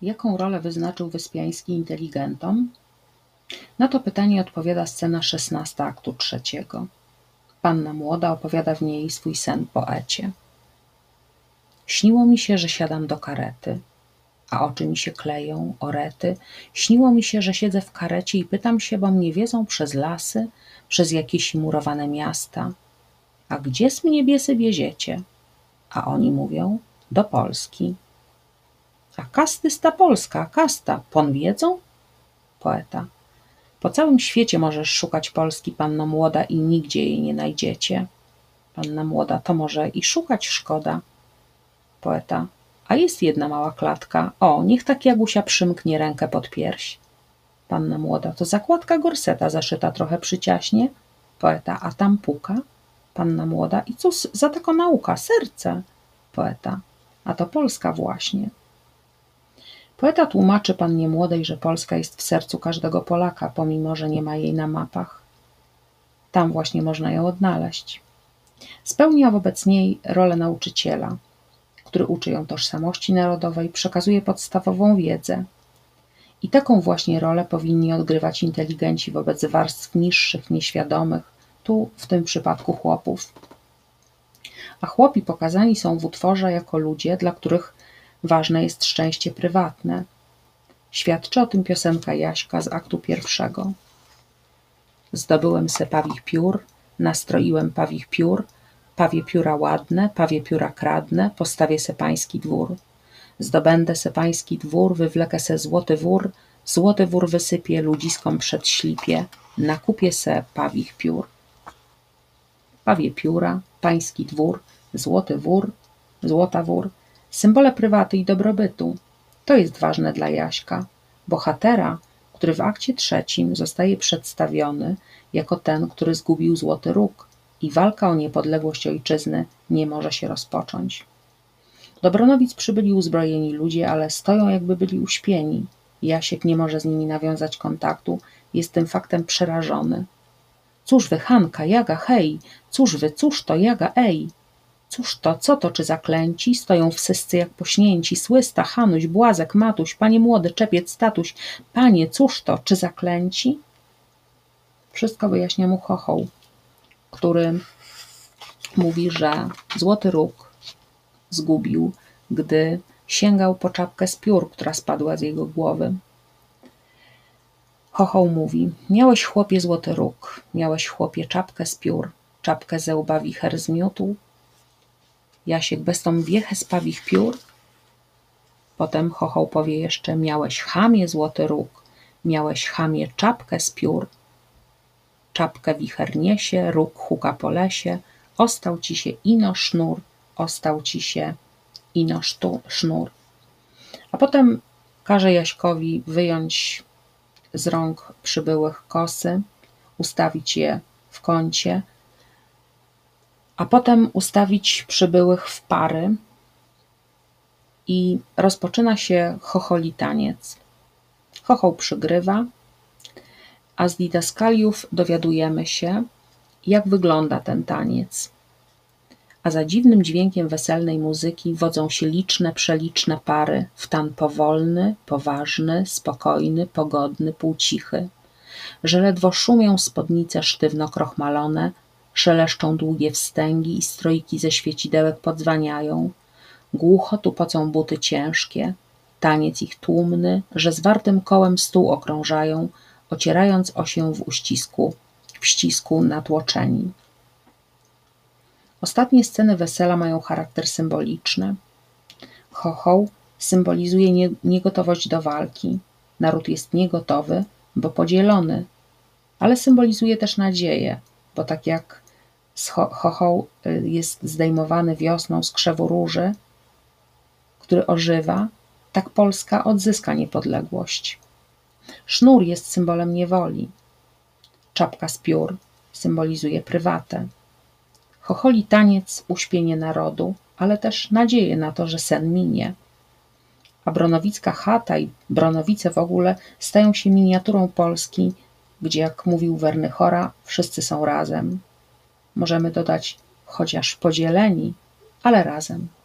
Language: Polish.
Jaką rolę wyznaczył Wyspiański inteligentom? Na to pytanie odpowiada scena 16 aktu 3. Panna młoda opowiada w niej swój sen poecie. Śniło mi się, że siadam do karety, a oczy mi się kleją, orety. Śniło mi się, że siedzę w karecie i pytam się, bo mnie wiedzą przez lasy, przez jakieś murowane miasta. A gdzież mnie biesy wieziecie? A oni mówią, do Polski. A kastys ta Polska, kasta, pon wiedzą? Poeta. Po całym świecie możesz szukać Polski, panno młoda, i nigdzie jej nie znajdziecie. Panna młoda, to może i szukać szkoda. Poeta. A jest jedna mała klatka. O, niech tak Jagusia przymknie rękę pod pierś. Panna młoda. To zakładka gorseta zaszyta trochę przyciaśnie. Poeta. A tam puka? Panna młoda. I cóż za taka nauka? Serce. Poeta. A to Polska właśnie. Poeta tłumaczy pannie młodej, że Polska jest w sercu każdego Polaka, pomimo że nie ma jej na mapach. Tam właśnie można ją odnaleźć. Spełnia wobec niej rolę nauczyciela, który uczy ją tożsamości narodowej, przekazuje podstawową wiedzę. I taką właśnie rolę powinni odgrywać inteligenci wobec warstw niższych, nieświadomych, tu w tym przypadku chłopów. A chłopi pokazani są w utworze jako ludzie, dla których ważne jest szczęście prywatne. Świadczy o tym piosenka Jaśka z aktu 1. Zdobyłem se pawich piór, nastroiłem pawich piór, pawie pióra ładne, pawie pióra kradnę, postawię se pański dwór. Zdobędę se pański dwór, wywlekę se złoty wór wysypię, ludziskom przedślipie, nakupię se pawich piór. Pawie pióra, pański dwór, złoty wór, złota wór, symbole prywaty i dobrobytu. To jest ważne dla Jaśka, bohatera, który w akcie 3 zostaje przedstawiony jako ten, który zgubił Złoty Róg i walka o niepodległość ojczyzny nie może się rozpocząć. Do Bronowic przybyli uzbrojeni ludzie, ale stoją jakby byli uśpieni. Jasiek nie może z nimi nawiązać kontaktu, jest tym faktem przerażony. Cóż wy, Hanka, Jaga, hej, cóż wy, cóż to, Jaga, ej. Cóż to, co to, czy zaklęci? Stoją wszyscy jak pośnięci. Słysta, Hanuś, Błazek, Matuś, panie młody, Czepiec, tatuś. Panie, cóż to, czy zaklęci? Wszystko wyjaśnia mu Chochoł, który mówi, że Złoty Róg zgubił, gdy sięgał po czapkę z piór, która spadła z jego głowy. Chochoł mówi, miałeś chłopie Złoty Róg, miałeś chłopie czapkę z piór, czapkę ze łba wicher zmiótł. Jasiek, bez tą wiechę z pawich piór? Potem Chochoł powie jeszcze, miałeś chamie Złoty Róg, miałeś chamie czapkę z piór. Czapkę wicher niesie, róg huka po lesie, ostał ci się ino sznur, ostał ci się ino sznur. A potem każe Jaśkowi wyjąć z rąk przybyłych kosy, ustawić je w kącie, a potem ustawić przybyłych w pary i rozpoczyna się chocholi taniec. Chochoł przygrywa, a z didaskaliów dowiadujemy się, jak wygląda ten taniec. A za dziwnym dźwiękiem weselnej muzyki wodzą się liczne, przeliczne pary w tan powolny, poważny, spokojny, pogodny, półcichy, że ledwo szumią spódnice sztywno krochmalone, szeleszczą długie wstęgi i stroiki ze świecidełek podzwaniają, głucho tupocą buty ciężkie, taniec ich tłumny, że zwartym kołem stół okrążają, ocierając osię w ścisku natłoczeni. Ostatnie sceny wesela mają charakter symboliczny. Chochoł symbolizuje niegotowość do walki. Naród jest niegotowy, bo podzielony, ale symbolizuje też nadzieję, bo tak jak chochoł jest zdejmowany wiosną z krzewu róży, który ożywa, tak Polska odzyska niepodległość. Sznur jest symbolem niewoli. Czapka z piór symbolizuje prywatę. Chocholi taniec uśpienie narodu, ale też nadzieję na to, że sen minie. A bronowicka chata i Bronowice w ogóle stają się miniaturą Polski, gdzie, jak mówił Wernychora, wszyscy są razem. Możemy dodać, chociaż podzieleni, ale razem.